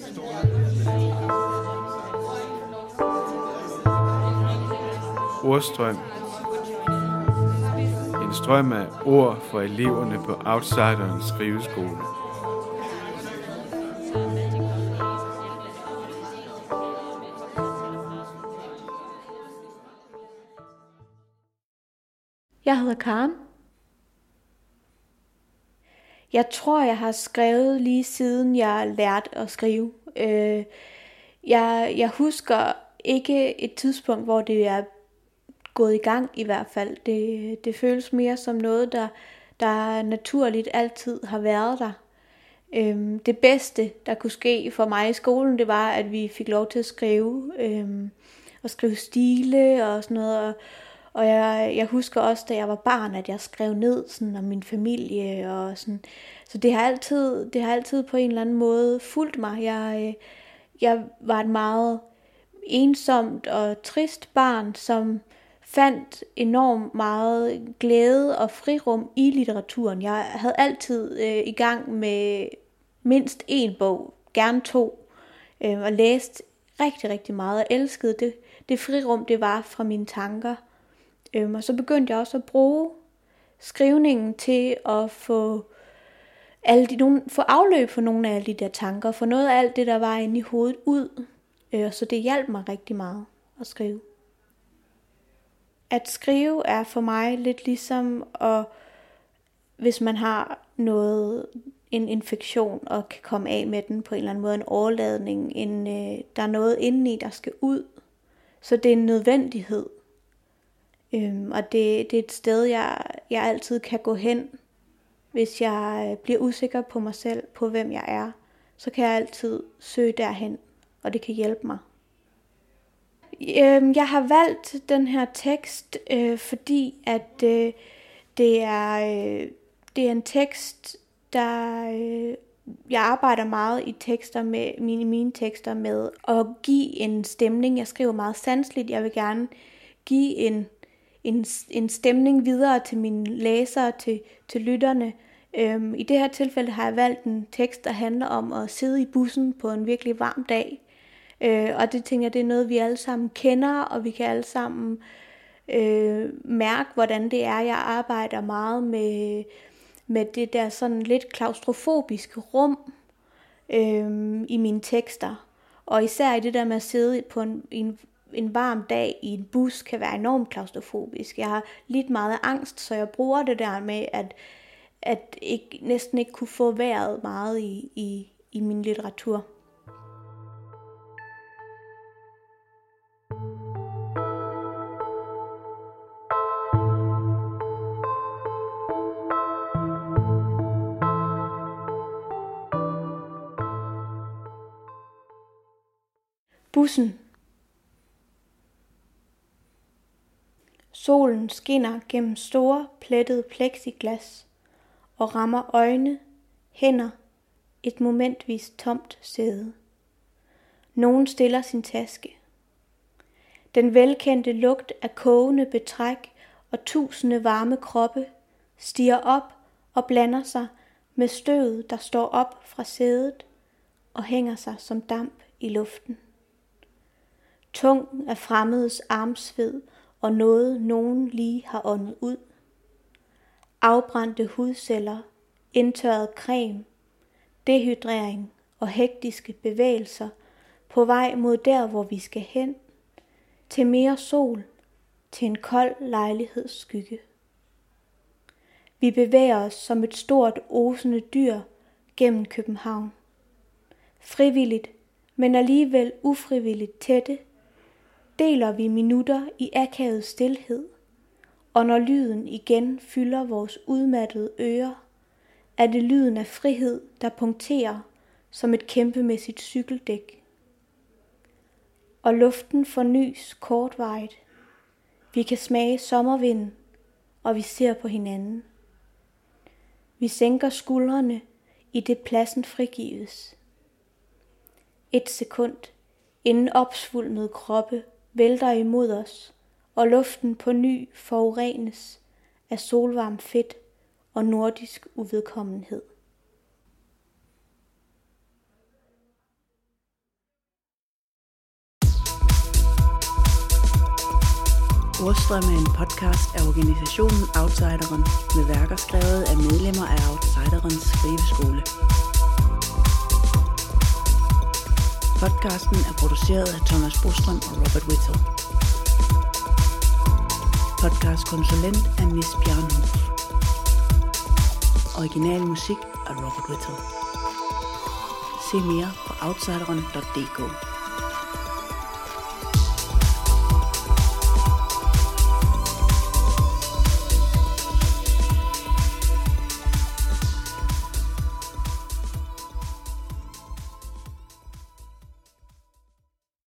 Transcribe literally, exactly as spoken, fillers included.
Ordstrøm. En strøm af ord for eleverne på Outsiderens skriveskole. Jeg hedder Karen. Jeg tror, jeg har skrevet lige siden jeg lærte at skrive. Øh, jeg, jeg husker ikke et tidspunkt, hvor det er gået i gang i hvert fald. Det, det føles mere som noget, der, der naturligt altid har været der. Øh, det bedste, der kunne ske for mig i skolen, det var, at vi fik lov til at skrive. Øh, og skrive stile og sådan noget. Og, Og jeg, jeg husker også, da jeg var barn, at jeg skrev ned sådan, om min familie og sådan. Så det har altid, det har altid på en eller anden måde fulgt mig. Jeg, jeg var et meget ensomt og trist barn, som fandt enormt meget glæde og frirum i litteraturen. Jeg havde altid øh, i gang med mindst én bog, gerne to, øh, og læste rigtig, rigtig meget og elskede det, det frirum, det var fra mine tanker. Øhm, og så begyndte jeg også at bruge skrivningen til at få, alle de, nogle, få afløb for nogle af alle de der tanker, få noget af alt det, der var inde i hovedet ud. Øh, så det hjalp mig rigtig meget at skrive. At skrive er for mig lidt ligesom, at, hvis man har noget, en infektion og kan komme af med den på en eller anden måde, en overladning, en, øh, der er noget indeni, der skal ud. Så det er en nødvendighed. Øhm, og det, det er et sted, jeg, jeg altid kan gå hen, hvis jeg bliver usikker på mig selv, på hvem jeg er. Så kan jeg altid søge derhen, og det kan hjælpe mig. Øhm, jeg har valgt den her tekst, øh, fordi at øh, det, er, øh, det er en tekst, der... Øh, jeg arbejder meget i tekster med mine, mine tekster med at give en stemning. Jeg skriver meget sanseligt. Jeg vil gerne give en En, en stemning videre til mine læsere, til, til lytterne. Øhm, I det her tilfælde har jeg valgt en tekst, der handler om at sidde i bussen på en virkelig varm dag. Øh, og det tænker jeg, det er noget, vi alle sammen kender, og vi kan alle sammen øh, mærke, hvordan det er. Jeg arbejder meget med, med det der sådan lidt klaustrofobiske rum øh, i mine tekster. Og især i det der med at sidde på en, en En varm dag i en bus kan være enormt klaustrofobisk. Jeg har lidt meget af angst, så jeg bruger det der med, at, at ikke, næsten ikke kunne få vejret meget i, i, i min litteratur. Bussen. Solen skinner gennem store, plettede plexiglas og rammer øjne, hænder, et momentvis tomt sæde. Nogen stiller sin taske. Den velkendte lugt af kogende betræk og tusinde varme kroppe stiger op og blander sig med støvet, der står op fra sædet og hænger sig som damp i luften. Tung af fremmedes armsved og noget, nogen lige har åndet ud. Afbrændte hudceller, indtørret creme, dehydrering og hektiske bevægelser på vej mod der, hvor vi skal hen, til mere sol, til en kold lejlighedsskygge. Vi bevæger os som et stort osende dyr gennem København. Frivilligt, men alligevel ufrivilligt tætte, deler vi minutter i akavet stilhed, og når lyden igen fylder vores udmattede ører, er det lyden af frihed, der punkterer som et kæmpemæssigt cykeldæk. Og luften fornys kortvarigt. Vi kan smage sommervinden, og vi ser på hinanden. Vi sænker skuldrene, i det pladsen frigives. Et sekund, inden opsvulmede kroppe vælter imod os, og luften på ny forurenes af solvarmt fedt og nordisk uvedkommenhed. Ordstrømme er en podcast af organisationen Outsideren med værker skrevet af medlemmer af Outsiderens skriveskole. Podcasten er produceret af Thomas Bostrøm og Robert Whittle. Podcastkonsulent er Nis Bjarnhof. Original musik af Robert Whittle. Se mere på outsideren punktum d k.